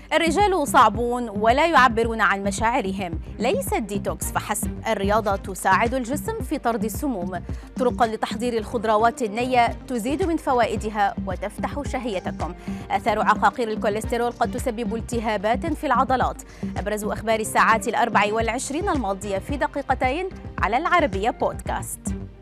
الرجال صعبون ولا يعبرون عن مشاعرهم. ليس الديتوكس فحسب، الرياضة تساعد الجسم في طرد السموم. طرقا لتحضير الخضروات النية تزيد من فوائدها وتفتح شهيتكم. آثار عقاقير الكوليسترول قد تسبب التهابات في العضلات. أبرز أخبار الساعات 24 الماضية في دقيقتين على العربية بودكاست.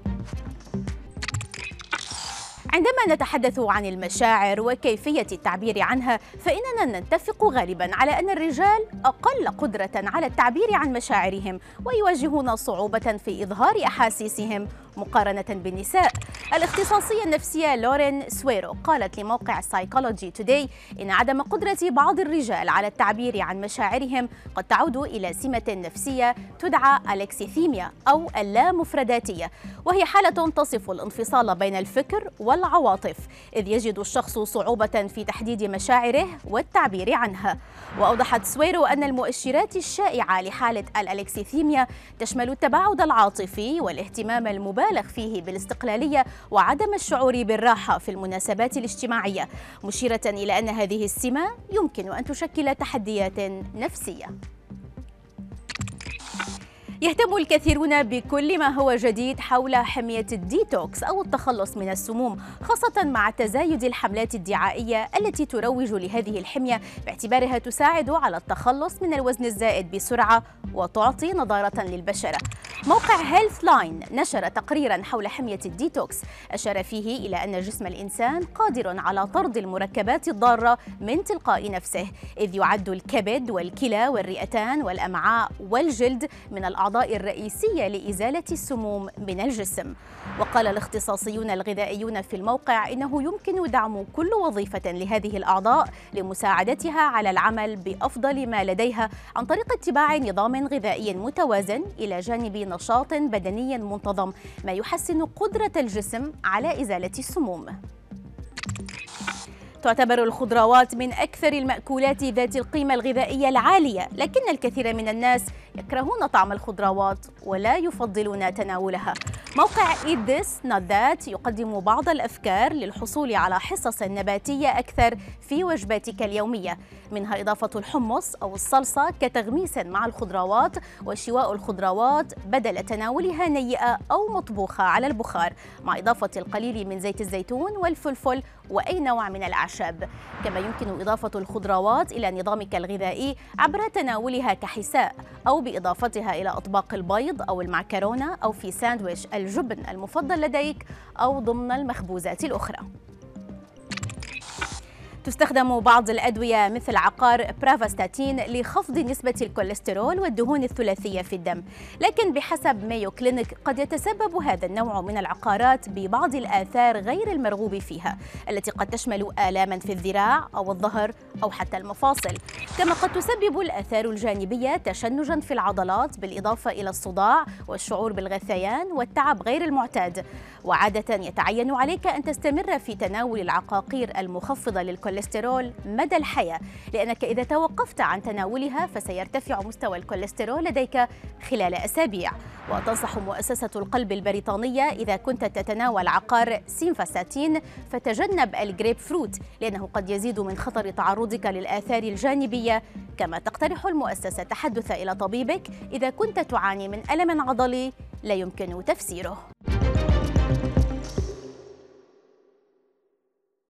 عندما نتحدث عن المشاعر وكيفية التعبير عنها، فإننا نتفق غالباً على أن الرجال أقل قدرة على التعبير عن مشاعرهم ويواجهون صعوبة في إظهار أحاسيسهم مقارنة بالنساء. الاختصاصية النفسية لورين سويرو قالت لموقع Psychology Today إن عدم قدرة بعض الرجال على التعبير عن مشاعرهم قد تعود إلى سمة نفسية تدعى ألكسيثيميا أو اللامفرداتية، وهي حالة تصف الانفصال بين الفكر والعواطف، إذ يجد الشخص صعوبة في تحديد مشاعره والتعبير عنها. وأوضحت سويرو أن المؤشرات الشائعة لحالة الألكسيثيميا تشمل التباعد العاطفي والاهتمام المبالغ فيه بالاستقلالية وعدم الشعور بالراحة في المناسبات الاجتماعية، مشيرة إلى أن هذه السمة يمكن أن تشكل تحديات نفسية. يهتم الكثيرون بكل ما هو جديد حول حمية الديتوكس أو التخلص من السموم، خاصة مع تزايد الحملات الدعائية التي تروج لهذه الحمية باعتبارها تساعد على التخلص من الوزن الزائد بسرعة وتعطي نضارة للبشرة. موقع هيلث لاين نشر تقريراً حول حمية الديتوكس أشار فيه إلى أن جسم الإنسان قادر على طرد المركبات الضارة من تلقاء نفسه، إذ يعد الكبد والكلى والرئتان والأمعاء والجلد من الأعضاء الرئيسية لإزالة السموم من الجسم. وقال الاختصاصيون الغذائيون في الموقع إنه يمكن دعم كل وظيفة لهذه الأعضاء لمساعدتها على العمل بأفضل ما لديها عن طريق اتباع نظام غذائي متوازن إلى جانب نشاط بدني منتظم، ما يحسن قدرة الجسم على إزالة السموم. تعتبر الخضروات من أكثر المأكولات ذات القيمة الغذائية العالية، لكن الكثير من الناس يكرهون طعم الخضروات ولا يفضلون تناولها. موقع Eat This Not That يقدم بعض الأفكار للحصول على حصص نباتية أكثر في وجباتك اليومية، منها إضافة الحمص أو الصلصة كتغميس مع الخضروات، وشواء الخضروات بدل تناولها نيئة أو مطبوخة على البخار، مع إضافة القليل من زيت الزيتون والفلفل وأي نوع من الأعشاب. كما يمكن إضافة الخضروات إلى نظامك الغذائي عبر تناولها كحساء أو بإضافتها إلى أطباق البيض أو المعكرونة أو في ساندويش الجبن المفضل لديك أو ضمن المخبوزات الأخرى. تستخدم بعض الأدوية مثل عقار برافاستاتين لخفض نسبة الكوليسترول والدهون الثلاثية في الدم، لكن بحسب مايو كلينيك قد يتسبب هذا النوع من العقارات ببعض الآثار غير المرغوب فيها، التي قد تشمل آلاما في الذراع أو الظهر أو حتى المفاصل. كما قد تسبب الآثار الجانبية تشنجا في العضلات، بالإضافة إلى الصداع والشعور بالغثيان والتعب غير المعتاد. وعادة يتعين عليك أن تستمر في تناول العقاقير المخفضة للكوليسترول مدى الحياة، لأنك إذا توقفت عن تناولها فسيرتفع مستوى الكوليسترول لديك خلال أسابيع. وتنصح مؤسسة القلب البريطانية إذا كنت تتناول عقار سيمفاستاتين فتجنب الجريب فروت، لأنه قد يزيد من خطر تعرضك للآثار الجانبية. كما تقترح المؤسسة التحدث إلى طبيبك إذا كنت تعاني من ألم عضلي لا يمكن تفسيره.